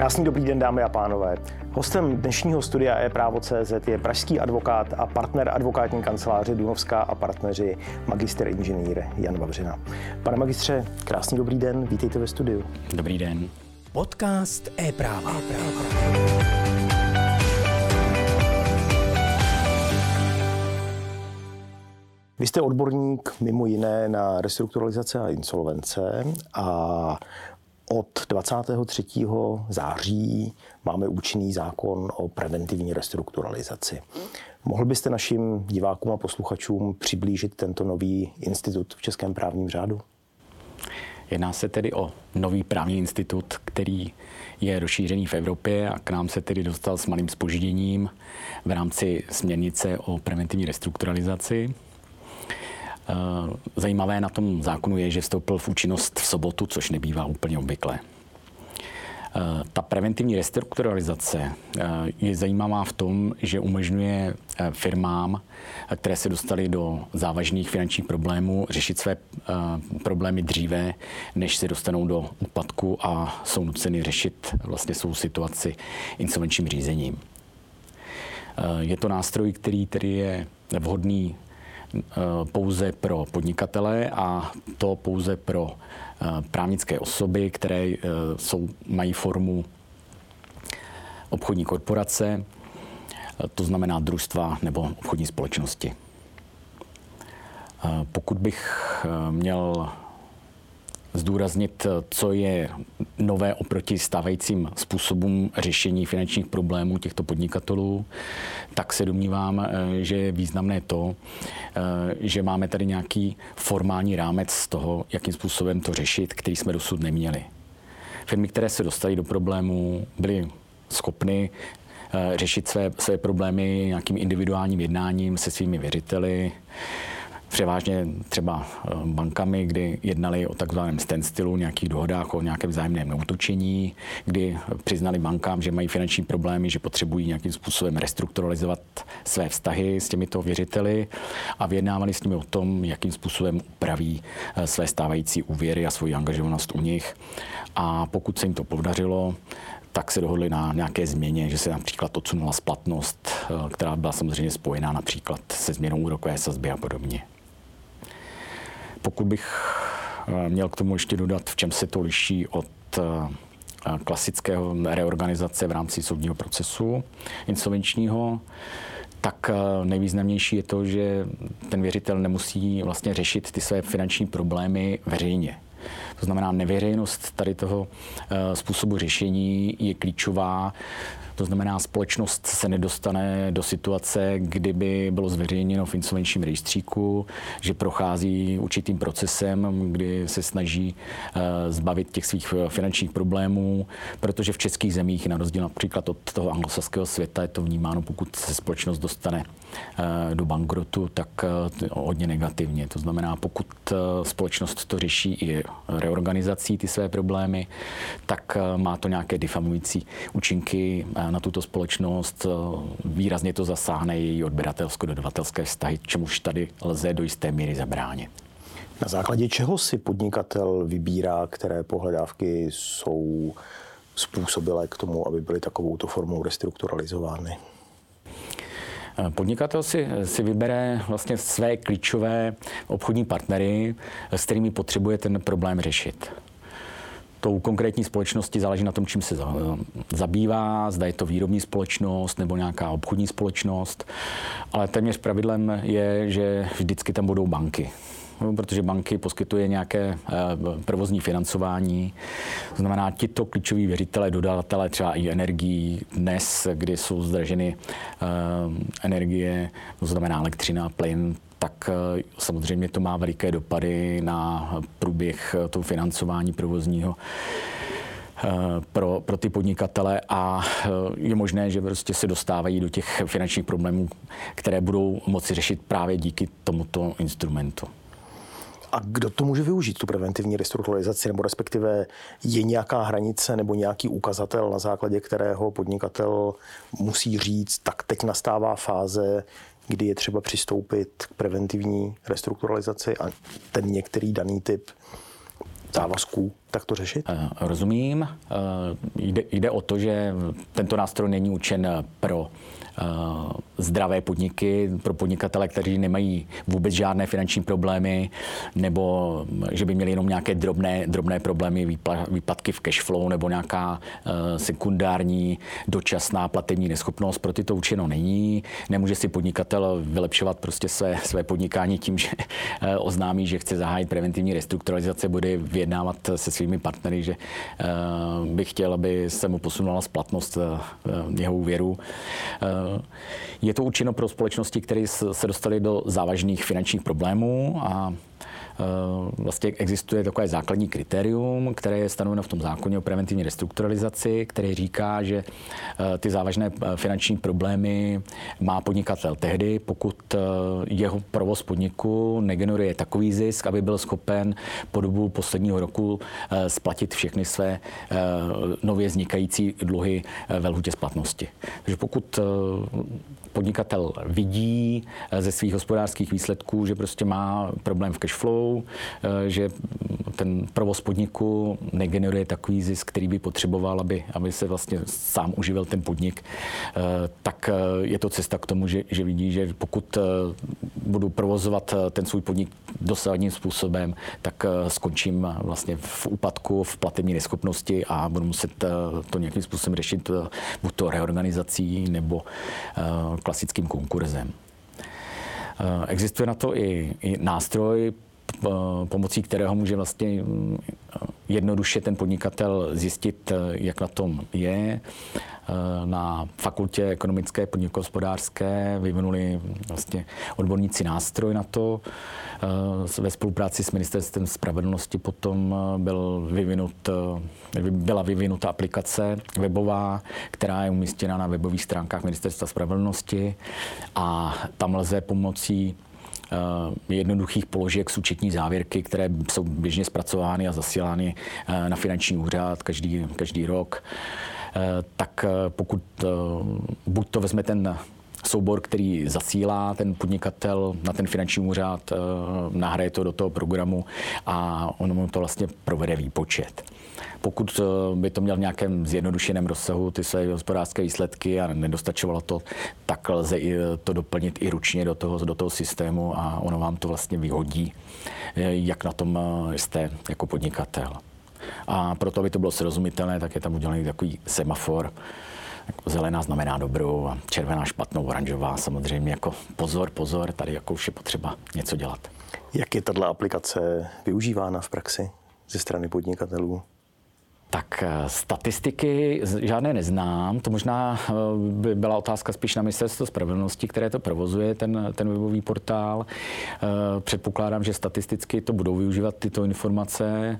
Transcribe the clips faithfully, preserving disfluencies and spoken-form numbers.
Krásný dobrý den, dámy a pánové. Hostem dnešního studia e-právo tečka cé zet je pražský advokát a partner advokátní kanceláře Dunovská a partneři magister inženýr Jan Vavřina. Pane magistře, krásný dobrý den, vítejte ve studiu. Dobrý den. Podcast e-práva. Vy jste odborník mimo jiné na restrukturalizace a insolvence a od dvacátého třetího září máme účinný zákon o preventivní restrukturalizaci. Mohl byste našim divákům a posluchačům přiblížit tento nový institut v českém právním řádu? Jedná se tedy o nový právní institut, který je rozšířený v Evropě a k nám se tedy dostal s malým zpožděním v rámci směrnice o preventivní restrukturalizaci. Zajímavé na tom zákonu je, že vstoupil v účinnost v sobotu, což nebývá úplně obvyklé. Ta preventivní restrukturalizace je zajímavá v tom, že umožňuje firmám, které se dostaly do závažných finančních problémů, řešit své problémy dříve, než se dostanou do úpadku a jsou nuceny řešit vlastně svou situaci insolvenčním řízením. Je to nástroj, který tedy je vhodný pouze pro podnikatele a to pouze pro právnické osoby, které jsou, mají formu obchodní korporace, to znamená družstva nebo obchodní společnosti. Pokud bych měl zdůraznit, co je nové oproti stávajícím způsobům řešení finančních problémů těchto podnikatelů, tak se domnívám, že je významné to, že máme tady nějaký formální rámec z toho, jakým způsobem to řešit, který jsme dosud neměli. Firmy, které se dostaly do problémů, byly schopny řešit své, své problémy nějakým individuálním jednáním se svými věřiteli, převážně třeba bankami, kdy jednali o takzvaném standstillu, nějakých dohodách o nějakém vzájemném neútočení, kdy přiznali bankám, že mají finanční problémy, že potřebují nějakým způsobem restrukturalizovat své vztahy s těmito věřiteli a vyjednávali s nimi o tom, jakým způsobem upraví své stávající úvěry a svoji angažovanost u nich. A pokud se jim to podařilo, tak se dohodli na nějaké změně, že se například odsunula splatnost, která byla samozřejmě spojená například se změnou úrokové sazby a podobně. Pokud bych měl k tomu ještě dodat, v čem se to liší od klasického reorganizace v rámci soudního procesu insolvenčního, tak nejvýznamnější je to, že ten věřitel nemusí vlastně řešit ty své finanční problémy veřejně. To znamená, neveřejnost tady toho způsobu řešení je klíčová. To znamená, společnost se nedostane do situace, kdyby bylo zveřejněno v insolvenčním rejstříku, že prochází určitým procesem, kdy se snaží zbavit těch svých finančních problémů, protože v českých zemích, na rozdíl například od toho anglosaského světa, je to vnímáno, pokud se společnost dostane do bankrotu, tak hodně negativně. To znamená, pokud společnost to řeší i reorganizací ty své problémy, tak má to nějaké difamující účinky na tuto společnost, výrazně to zasáhne její odběratelsko-dodavatelské vztahy, čemuž tady lze do jisté míry zabránit. Na základě čeho si podnikatel vybírá, které pohledávky jsou způsobilé k tomu, aby byly takovouto formou restrukturalizovány? Podnikatel si, si vybere vlastně své klíčové obchodní partnery, s kterými potřebuje ten problém řešit. Tou konkrétní společnosti záleží na tom, čím se zabývá, zda je to výrobní společnost nebo nějaká obchodní společnost, ale téměř pravidlem je, že vždycky tam budou banky. Protože banky poskytuje nějaké provozní financování. To znamená, tito klíčoví věřitelé, dodavatelé třeba i energií dnes, kdy jsou zdraženy energie, to znamená elektřina, plyn, tak samozřejmě to má veliké dopady na průběh toho financování provozního pro, pro ty podnikatele a je možné, že prostě se dostávají do těch finančních problémů, které budou moci řešit právě díky tomuto instrumentu. A kdo to může využít, tu preventivní restrukturalizaci, nebo respektive je nějaká hranice nebo nějaký ukazatel, na základě kterého podnikatel musí říct, tak teď nastává fáze, kdy je třeba přistoupit k preventivní restrukturalizaci a ten některý daný typ závazků tak to řešit? Rozumím. Jde, jde o to, že tento nástroj není určen pro zdravé podniky, pro podnikatele, kteří nemají vůbec žádné finanční problémy, nebo že by měli jenom nějaké drobné, drobné problémy, výpadky v cash flow nebo nějaká sekundární dočasná platební neschopnost. Pro ty to určeno není. Nemůže si podnikatel vylepšovat prostě své, své podnikání tím, že oznámí, že chce zahájit preventivní restrukturalizaci, bude vyjednávat se svými partnery, že by chtěl, aby se mu posunula splatnost jeho úvěru. Je to určeno pro společnosti, které se dostaly do závažných finančních problémů a vlastně existuje takové základní kritérium, které je stanoveno v tom zákoně o preventivní restrukturalizaci, který říká, že ty závažné finanční problémy má podnikatel tehdy, pokud jeho provoz podniku negeneruje takový zisk, aby byl schopen po dobu posledního roku splatit všechny své nově vznikající dluhy ve lhůtě splatnosti. Takže pokud podnikatel vidí ze svých hospodářských výsledků, že prostě má problém v cash flow, že ten provoz podniku negeneruje takový zisk, který by potřeboval, aby, aby se vlastně sám uživil ten podnik, tak je to cesta k tomu, že, že vidí, že pokud budu provozovat ten svůj podnik dosavadním způsobem, tak skončím vlastně v úpadku, v platební neschopnosti a budu muset to nějakým způsobem řešit buď to reorganizací nebo klasickým konkurzem. Existuje na to i, i nástroj, pomocí kterého může vlastně jednoduše ten podnikatel zjistit, jak na tom je. Na fakultě ekonomické podnikohospodářské vyvinuli vlastně odborníci nástroj na to. Ve spolupráci s Ministerstvem spravedlnosti potom byl vyvinut, byla vyvinuta aplikace webová, která je umístěna na webových stránkách Ministerstva spravedlnosti a tam lze pomocí jednoduchých položek z účetní závěrky, které jsou běžně zpracovány a zasílány na finanční úřad každý, každý rok, tak pokud buď to vezme ten soubor, který zasílá ten podnikatel na ten finanční úřad, nahraje to do toho programu a ono mu to vlastně provede výpočet. Pokud by to měl v nějakém zjednodušeném rozsahu ty své hospodářské výsledky a nedostačovalo to, tak lze i to doplnit i ručně do toho, do toho systému a ono vám to vlastně vyhodí, jak na tom jste jako podnikatel. A proto, aby to bylo srozumitelné, tak je tam udělaný takový semafor. Zelená znamená dobrou a červená špatnou, oranžová samozřejmě jako pozor, pozor, tady jako už je potřeba něco dělat. Jak je tato aplikace využívána v praxi ze strany podnikatelů? Tak statistiky žádné neznám. To možná by byla otázka spíš na Ministerstvo spravedlnosti, které to provozuje, ten, ten webový portál. Předpokládám, že statisticky to budou využívat tyto informace.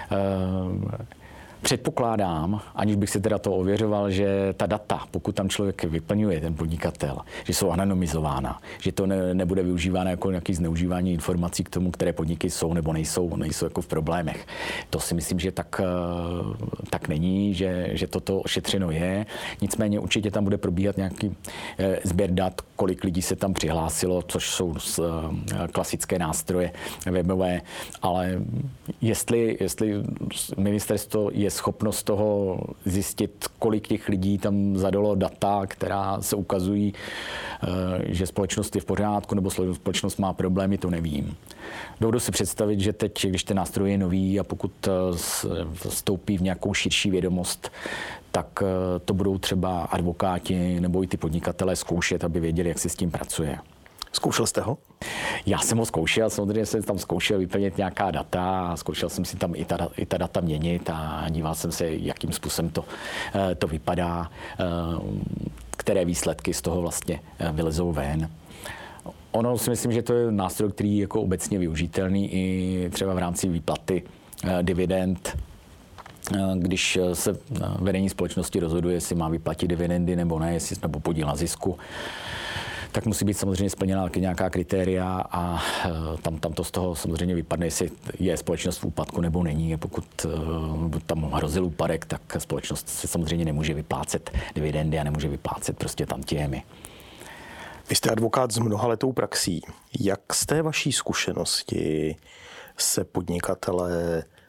Předpokládám, aniž bych si teda to ověřoval, že ta data, pokud tam člověk vyplňuje, ten podnikatel, že jsou anonymizována, že to ne, nebude využíváno jako nějaké zneužívání informací k tomu, které podniky jsou nebo nejsou, nejsou jako v problémech. To si myslím, že tak, tak není, že, že toto ošetřeno je. Nicméně určitě tam bude probíhat nějaký sběr dat, kolik lidí se tam přihlásilo, což jsou klasické nástroje webové, ale jestli, jestli ministerstvo je schopnost toho zjistit, kolik těch lidí tam zadalo data, která se ukazují, že společnost je v pořádku nebo společnost má problémy, to nevím. Dovedu si představit, že teď, když ten nástroj je nový a pokud vstoupí v nějakou širší vědomost, tak to budou třeba advokáti nebo i ty podnikatelé zkoušet, aby věděli, jak se s tím pracuje. Zkoušel jste ho? Já jsem ho zkoušel, samozřejmě jsem tam zkoušel vyplnit nějaká data a zkoušel jsem si tam i ta, i ta data měnit a díval jsem se, jakým způsobem to, to vypadá, které výsledky z toho vlastně vylezou ven. Ono si myslím, že to je nástroj, který je jako obecně využitelný i třeba v rámci výplaty dividend, když se vedení společnosti rozhoduje, jestli má vyplatit dividendy nebo ne, jestli nebo podíl na zisku, tak musí být samozřejmě splněna nějaká kritéria a tam, tam to z toho samozřejmě vypadne, jestli je společnost v úpadku nebo není. Pokud tam hrozil úpadek, tak společnost se samozřejmě nemůže vyplácet dividendy a nemůže vyplácet prostě tantiemy. Vy jste advokát s mnohaletou praxí. Jak z té vaší zkušenosti se podnikatelé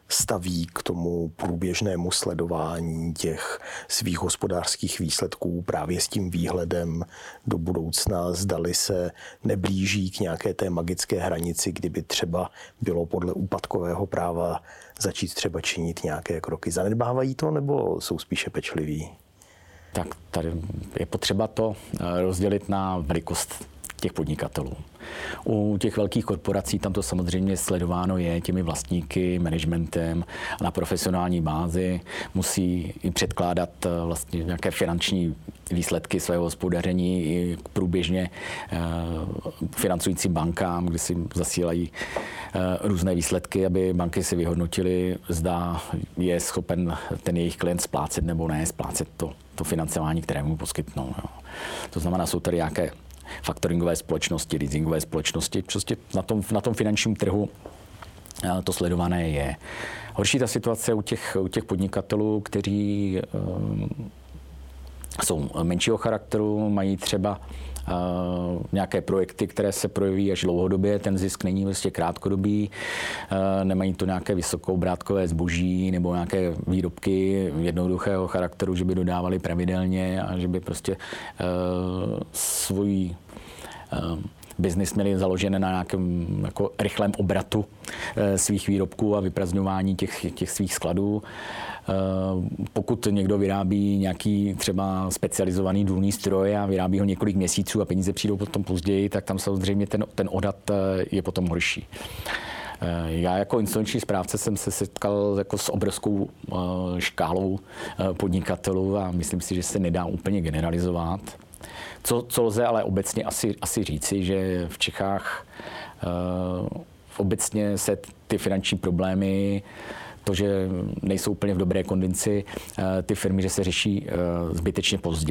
staví k tomu průběžnému sledování těch svých hospodářských výsledků právě s tím výhledem do budoucna, zdali se neblíží k nějaké té magické hranici, kdyby třeba bylo podle úpadkového práva začít třeba činit nějaké kroky. Zanedbávají to, nebo jsou spíše pečliví? Tak tady je potřeba to rozdělit na velikost těch podnikatelů. U těch velkých korporací tam to samozřejmě sledováno je těmi vlastníky, managementem a na profesionální bázi musí i předkládat vlastně nějaké finanční výsledky svého hospodaření i průběžně financujícím bankám, kde si zasílají různé výsledky, aby banky si vyhodnotily, zda je schopen ten jejich klient splácet nebo ne, splácet to, to financování, které mu poskytnou. Jo. To znamená, jsou tady nějaké faktoringové společnosti, leasingové společnosti. Prostě na tom, na tom finančním trhu to sledované je. Horší ta situace u těch, u těch podnikatelů, kteří um, jsou menšího charakteru, mají třeba Uh, nějaké projekty, které se projeví až dlouhodobě, ten zisk není vlastně krátkodobý, uh, nemají to nějaké vysokobrátkové zboží nebo nějaké výrobky jednoduchého charakteru, že by dodávali pravidelně a že by prostě uh, svůj uh, biznis měli založené na nějakém jako rychlém obratu e, svých výrobků a vyprazňování těch, těch svých skladů. E, pokud někdo vyrábí nějaký třeba specializovaný důlní stroj a vyrábí ho několik měsíců a peníze přijdou potom později, tak tam samozřejmě ten, ten odhad je potom horší. E, já jako insolvenční správce jsem se setkal jako s obrovskou e, škálou e, podnikatelů a myslím si, že se nedá úplně generalizovat. Co, co lze ale obecně asi, asi říci, že v Čechách uh, obecně se ty finanční problémy, to, že nejsou úplně v dobré kondici, uh, ty firmy, že se řeší uh, zbytečně pozdě.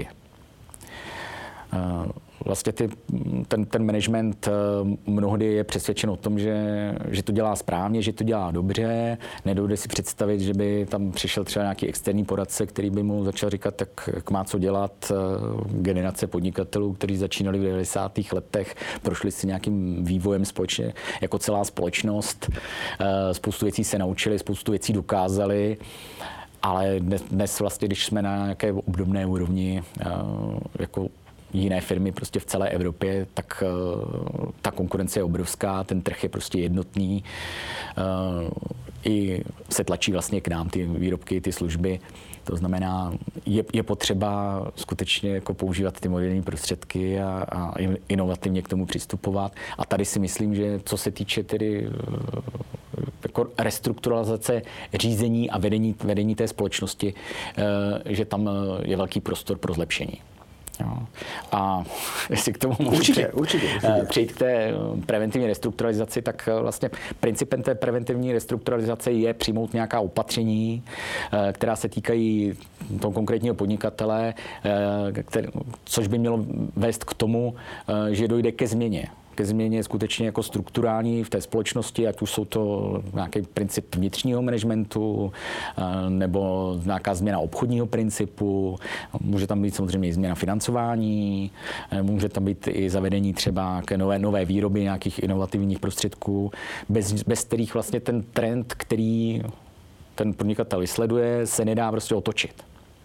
Uh, Vlastně ty, ten, ten management mnohdy je přesvědčen o tom, že, že to dělá správně, že to dělá dobře. Nedojde si představit, že by tam přišel třeba nějaký externí poradce, který by mu začal říkat, tak jak má co dělat. Generace podnikatelů, kteří začínali v devadesátých letech, prošli si nějakým vývojem společně jako celá společnost. Spoustu věcí se naučili, spoustu věcí dokázali. Ale dnes, dnes vlastně, když jsme na nějaké obdobné úrovni, jako jiné firmy prostě v celé Evropě, tak uh, ta konkurence je obrovská, ten trh je prostě jednotný. Uh, I se tlačí vlastně k nám ty výrobky, ty služby. To znamená, je, je potřeba skutečně jako používat ty moderní prostředky a, a inovativně k tomu přistupovat. A tady si myslím, že co se týče tedy jako restrukturalizace řízení a vedení, vedení té společnosti, uh, že tam je velký prostor pro zlepšení. Jo. A jestli k tomu můžu určitě, přejít, určitě, určitě. přejít k té preventivní restrukturalizaci, tak vlastně principem té preventivní restrukturalizace je přijmout nějaká opatření, která se týkají toho konkrétního podnikatele, který, což by mělo vést k tomu, že dojde ke změně. ke změně skutečně jako strukturální v té společnosti, ať už jsou to nějaký princip vnitřního managementu nebo nějaká změna obchodního principu. Může tam být samozřejmě i změna financování, může tam být i zavedení třeba k nové, nové výroby nějakých inovativních prostředků, bez, bez kterých vlastně ten trend, který ten podnikatel vysleduje, se nedá prostě otočit.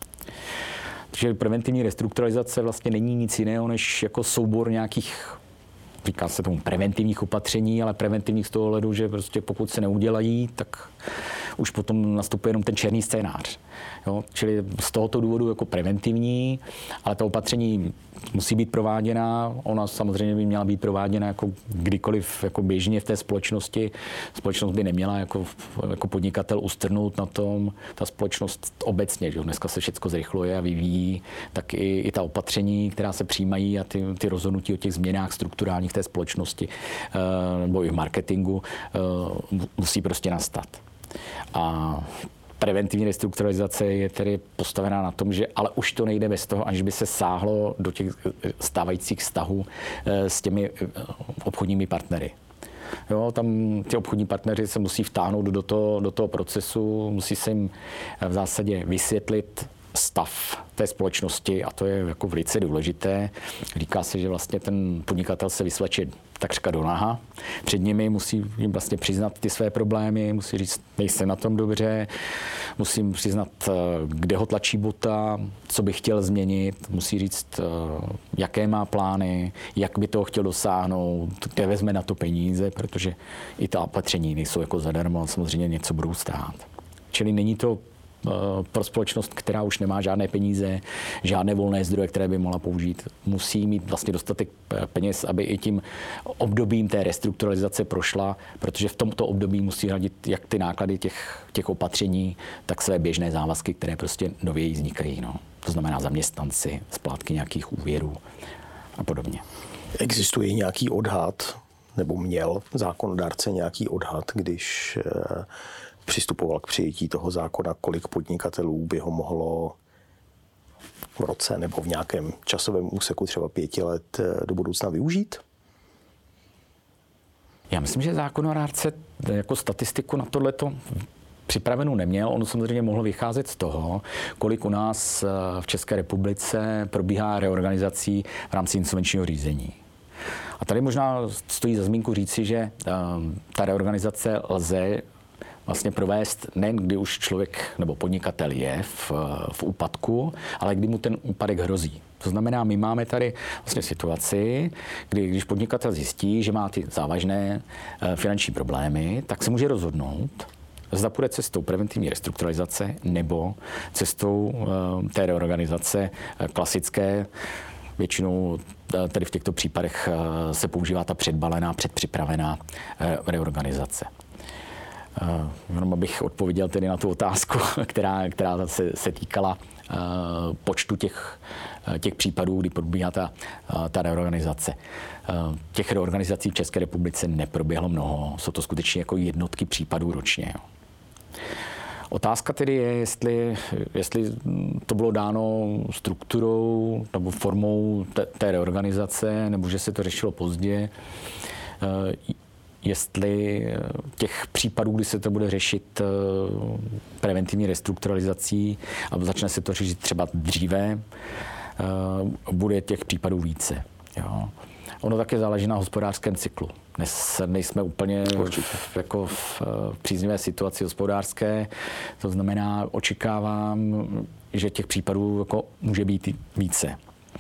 Takže preventivní restrukturalizace vlastně není nic jiného, než jako soubor nějakých, říká se tomu preventivních opatření, ale preventivních z toho hledu, že prostě pokud se neudělají, tak už potom nastupuje jenom ten černý scénář. Jo? Čili z tohoto důvodu jako preventivní, ale ta opatření musí být prováděna. Ona samozřejmě by měla být prováděna jako kdykoliv jako běžně v té společnosti. Společnost by neměla jako, jako podnikatel ustrnout na tom. Ta společnost obecně, že dneska se všechno zrychluje a vyvíjí, tak i, i ta opatření, která se přijímají a ty, ty rozhodnutí o těch změnách strukturálních té společnosti nebo i v marketingu musí prostě nastat. A preventivní restrukturalizace je tedy postavená na tom, že ale už to nejde bez toho, až by se sáhlo do těch stávajících vztahů s těmi obchodními partnery. Jo, tam ty obchodní partneři se musí vtáhnout do toho, do toho procesu, musí se jim v zásadě vysvětlit stav té společnosti a to je jako velice důležité. Říká se, že vlastně ten podnikatel se vysvleče takřka do naha. Před nimi musí jim vlastně přiznat ty své problémy, musí říct, nejsem na tom dobře, musím přiznat, kde ho tlačí bota, co by chtěl změnit, musí říct, jaké má plány, jak by toho chtěl dosáhnout, kde vezme na to peníze, protože i ta opatření nejsou jako zadarmo, samozřejmě něco budou stát. Čili není to pro společnost, která už nemá žádné peníze, žádné volné zdroje, které by mohla použít, musí mít vlastně dostatek peněz, aby i tím obdobím té restrukturalizace prošla, protože v tomto období musí hradit jak ty náklady těch, těch opatření, tak své běžné závazky, které prostě nově vznikají. No. To znamená zaměstnanci, splátky nějakých úvěrů a podobně. Existuje nějaký odhad, nebo měl zákonodárce nějaký odhad, když přistupoval k přijetí toho zákona, kolik podnikatelů by ho mohlo v roce nebo v nějakém časovém úseku třeba pěti let do budoucna využít? Já myslím, že zákonodárce jako statistiku na tohleto připravenou neměl. On samozřejmě mohl vycházet z toho, kolik u nás v České republice probíhá reorganizací v rámci insolvenčního řízení. A tady možná stojí za zmínku říci, že ta reorganizace lze vlastně provést nejen, kdy už člověk nebo podnikatel je v, v úpadku, ale kdy mu ten úpadek hrozí. To znamená, my máme tady vlastně situaci, kdy když podnikatel zjistí, že má ty závažné finanční problémy, tak se může rozhodnout, zda půjde cestou preventivní restrukturalizace nebo cestou té reorganizace klasické. Většinou tady v těchto případech se používá ta předbalená, předpřipravená reorganizace. Jenom abych odpověděl tedy na tu otázku, která, která se, se týkala uh, počtu těch, těch případů, kdy probíhá ta, uh, ta reorganizace. Uh, těch reorganizací v České republice neproběhlo mnoho, jsou to skutečně jako jednotky případů ročně. Jo. Otázka tedy je, jestli, jestli to bylo dáno strukturou nebo formou té, té reorganizace, nebo že se to řešilo pozdě. Uh, jestli těch případů, kdy se to bude řešit preventivní restrukturalizací a začne se to řešit třeba dříve, bude těch případů více. Jo. Ono také záleží na hospodářském cyklu. Dnes nejsme úplně v, jako v příznivé situaci hospodářské, to znamená, očekávám, že těch případů jako může být více.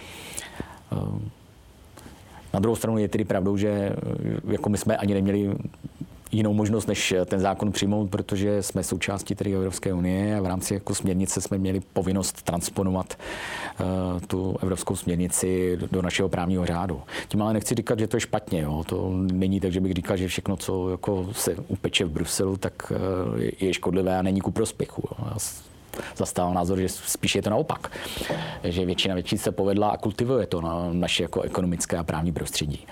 Na druhou stranu je tedy pravdou, že jako my jsme ani neměli jinou možnost, než ten zákon přijmout, protože jsme součástí tedy Evropské unie a v rámci jako směrnice jsme měli povinnost transponovat uh, tu evropskou směrnici do našeho právního řádu. Tím ale nechci říkat, že to je špatně. Jo. To není tak, že bych říkal, že všechno, co jako se upeče v Bruselu, tak uh, je škodlivé a není ku prospěchu. Jo. Zastával názor, že spíš je to naopak. Že většina věcí se povedla a kultivuje to na naše jako ekonomické a právní prostředí.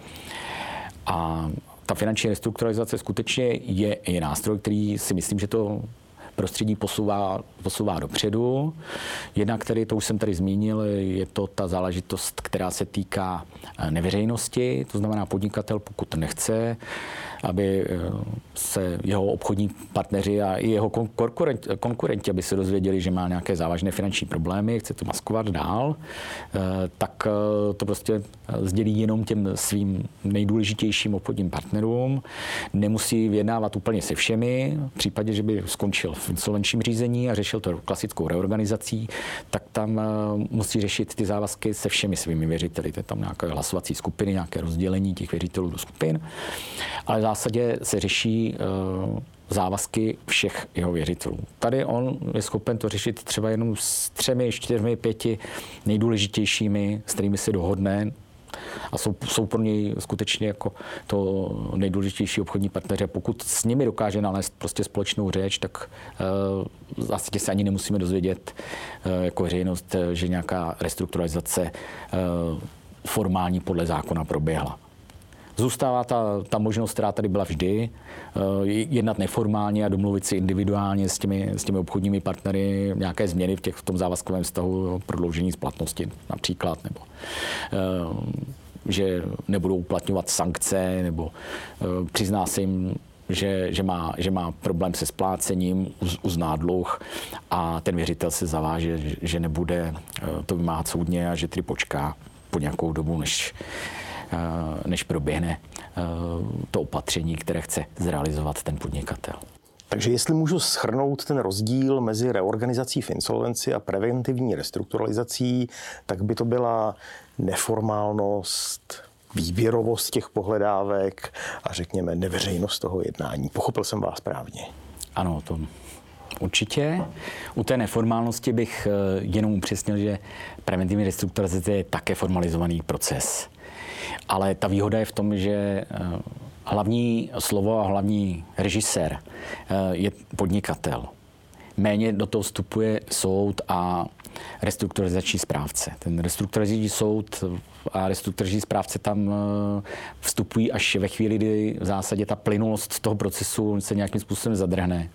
A ta finanční restrukturalizace skutečně je, je nástroj, který si myslím, že to prostředí posouvá, posouvá dopředu. Jednak, který, to už jsem tady zmínil, je to ta záležitost, která se týká neveřejnosti, to znamená podnikatel, pokud nechce, aby se jeho obchodní partneři a i jeho konkurenti, konkurenti, aby se dozvěděli, že má nějaké závažné finanční problémy, chce to maskovat dál, tak to prostě sdělí jenom těm svým nejdůležitějším obchodním partnerům. Nemusí vyjednávat úplně se všemi. V případě, že by skončil v insolvenčním řízení a řešil to klasickou reorganizací, tak tam musí řešit ty závazky se všemi svými věřiteli. To je tam nějaké hlasovací skupiny, nějaké rozdělení těch věřitelů do skupin. Ale v zásadě se řeší uh, závazky všech jeho věřitelů. Tady on je schopen to řešit třeba jenom s třemi, čtyřmi, pěti nejdůležitějšími, s kterými se dohodne a jsou, jsou pro něj skutečně jako to nejdůležitější obchodní partneři. Pokud s nimi dokáže nalézt prostě společnou řeč, tak uh, v zásadě se ani nemusíme dozvědět uh, jako veřejnost, že nějaká restrukturalizace uh, formální podle zákona proběhla. Zůstává ta, ta možnost, která tady byla vždy, jednat neformálně a domluvit si individuálně s těmi, s těmi obchodními partnery nějaké změny v, těch, v tom závazkovém vztahu, prodloužení splatnosti například, nebo že nebudou uplatňovat sankce, nebo přizná se jim že, že, má, že má problém se splácením, uzná dluh a ten věřitel se zaváže, že, že nebude to vymáhat soudně a že tedy počká po nějakou dobu, než, než proběhne to opatření, které chce zrealizovat ten podnikatel. Takže jestli můžu shrnout ten rozdíl mezi reorganizací v insolvenci a preventivní restrukturalizací, tak by to byla neformálnost, výběrovost těch pohledávek a řekněme neveřejnost toho jednání. Pochopil jsem vás správně. Ano, to určitě. U té neformálnosti bych jenom upřesnil, že preventivní restrukturalizace je také formalizovaný proces. Ale ta výhoda je v tom, že hlavní slovo a hlavní režisér je podnikatel. Méně do toho vstupuje soud a restrukturalizační správce. Ten restrukturalizační soud a restrukturalizační správce tam vstupují až ve chvíli, kdy v zásadě ta plynulost toho procesu se nějakým způsobem zadrhne.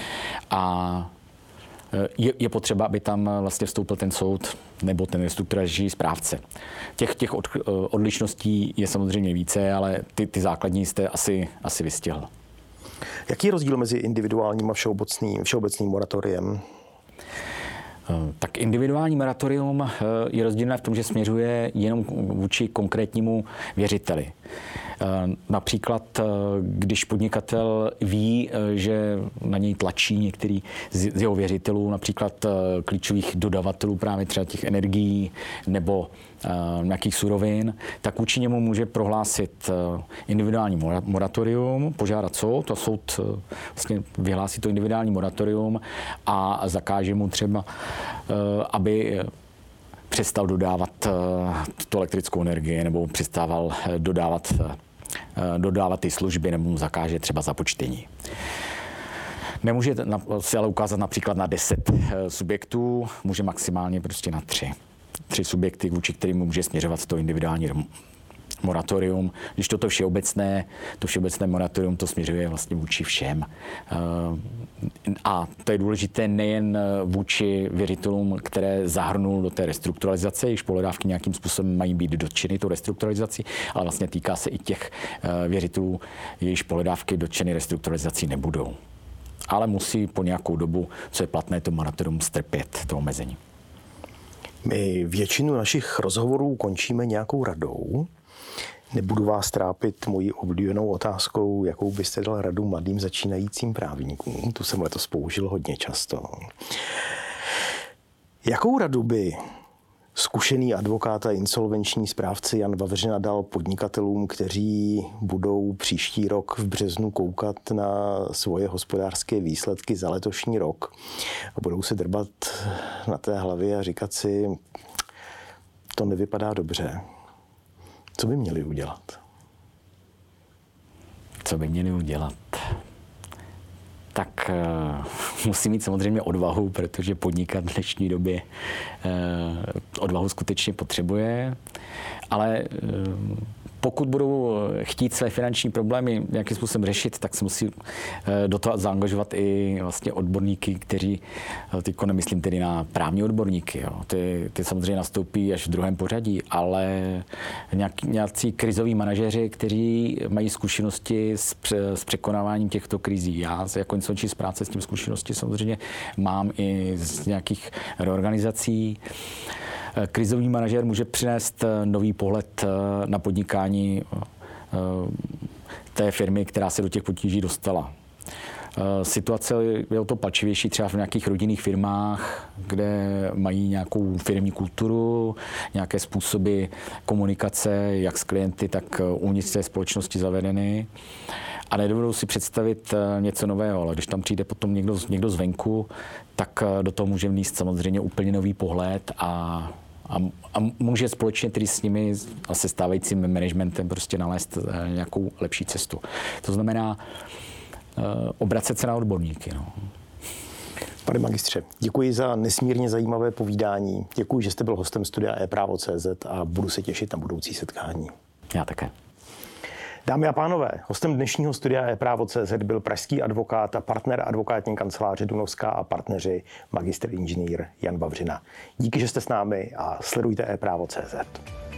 A je, je potřeba, aby tam vlastně vstoupil ten soud nebo ten restrukturalizační správce. Těch, těch od, odlišností je samozřejmě více, ale ty, ty základní jste asi, asi vystihl. Jaký je rozdíl mezi individuálním a všeobecným, všeobecným moratoriem? Tak individuální moratorium je rozdílné v tom, že směřuje jenom vůči konkrétnímu věřiteli. Například, když podnikatel ví, že na něj tlačí některý z jeho věřitelů, například klíčových dodavatelů právě třeba těch energií nebo nějakých surovin, tak vůči němu může prohlásit individuální moratorium, požádat soud a soud vlastně vyhlásí to individuální moratorium a zakáže mu třeba, aby přestal dodávat tu elektrickou energii nebo přestával dodávat, dodávat ty služby nebo mu zakáže třeba započtení. Nemůže se ale ukázat například na deset subjektů, může maximálně prostě na tři. Tři subjekty, vůči kterým může směřovat to individuální moratorium. Když toto všeobecné, to všeobecné moratorium to směřuje vlastně vůči všem. A to je důležité nejen vůči věřitelům, které zahrnul do té restrukturalizace, jejichž pohledávky nějakým způsobem mají být dotčeny tou restrukturalizací, ale vlastně týká se i těch věřitelů, jejichž pohledávky dotčeny restrukturalizací nebudou. Ale musí po nějakou dobu, co je platné, to moratorium strpět, to omezení. My většinu našich rozhovorů končíme nějakou radou. Nebudu vás trápit mojí oblíbenou otázkou, jakou byste dal radu mladým začínajícím právníkům. Tu jsem letos použil hodně často. Jakou radu by zkušený advokát a insolvenční správce Jan Vavřina dal podnikatelům, kteří budou příští rok v březnu koukat na svoje hospodářské výsledky za letošní rok a budou se drbat na té hlavě a říkat si, to nevypadá dobře. Co by měli udělat? Co by měli udělat? Tak uh, musí mít samozřejmě odvahu, protože podnikat v dnešní době uh, odvahu skutečně potřebuje, ale uh, pokud budou chtít své finanční problémy nějakým způsobem řešit, tak se musí do toho zaangažovat i vlastně odborníky, kteří, teďko nemyslím tedy na právní odborníky, jo. Ty, ty samozřejmě nastoupí až v druhém pořadí, ale nějak, nějací krizoví manažeři, kteří mají zkušenosti s, pře, s překonáváním těchto krizí. Já jako insolvenční správce s tím zkušenosti samozřejmě mám i z nějakých reorganizací. Krizový manažer může přinést nový pohled na podnikání té firmy, která se do těch potíží dostala. Situace je o to palčivější třeba v nějakých rodinných firmách, kde mají nějakou firmní kulturu, nějaké způsoby komunikace, jak s klienty, tak uvnitř té společnosti zavedeny. A nedovedou si představit něco nového, ale když tam přijde potom někdo, někdo zvenku, tak do toho může vníst samozřejmě úplně nový pohled a A, a může společně tedy s nimi a se stávajícím managementem prostě nalézt nějakou lepší cestu. To znamená uh, obracet se na odborníky. No. Pane magistře, děkuji za nesmírně zajímavé povídání. Děkuji, že jste byl hostem studia ePrávo tečka cé zet a budu se těšit na budoucí setkání. Já také. Dámy a pánové, hostem dnešního studia ePrávo tečka cé zet byl pražský advokát a partner advokátní kanceláře Dunovská a partneři magistr inženýr Jan Vavřina. Díky, že jste s námi a sledujte ePrávo tečka cé zet.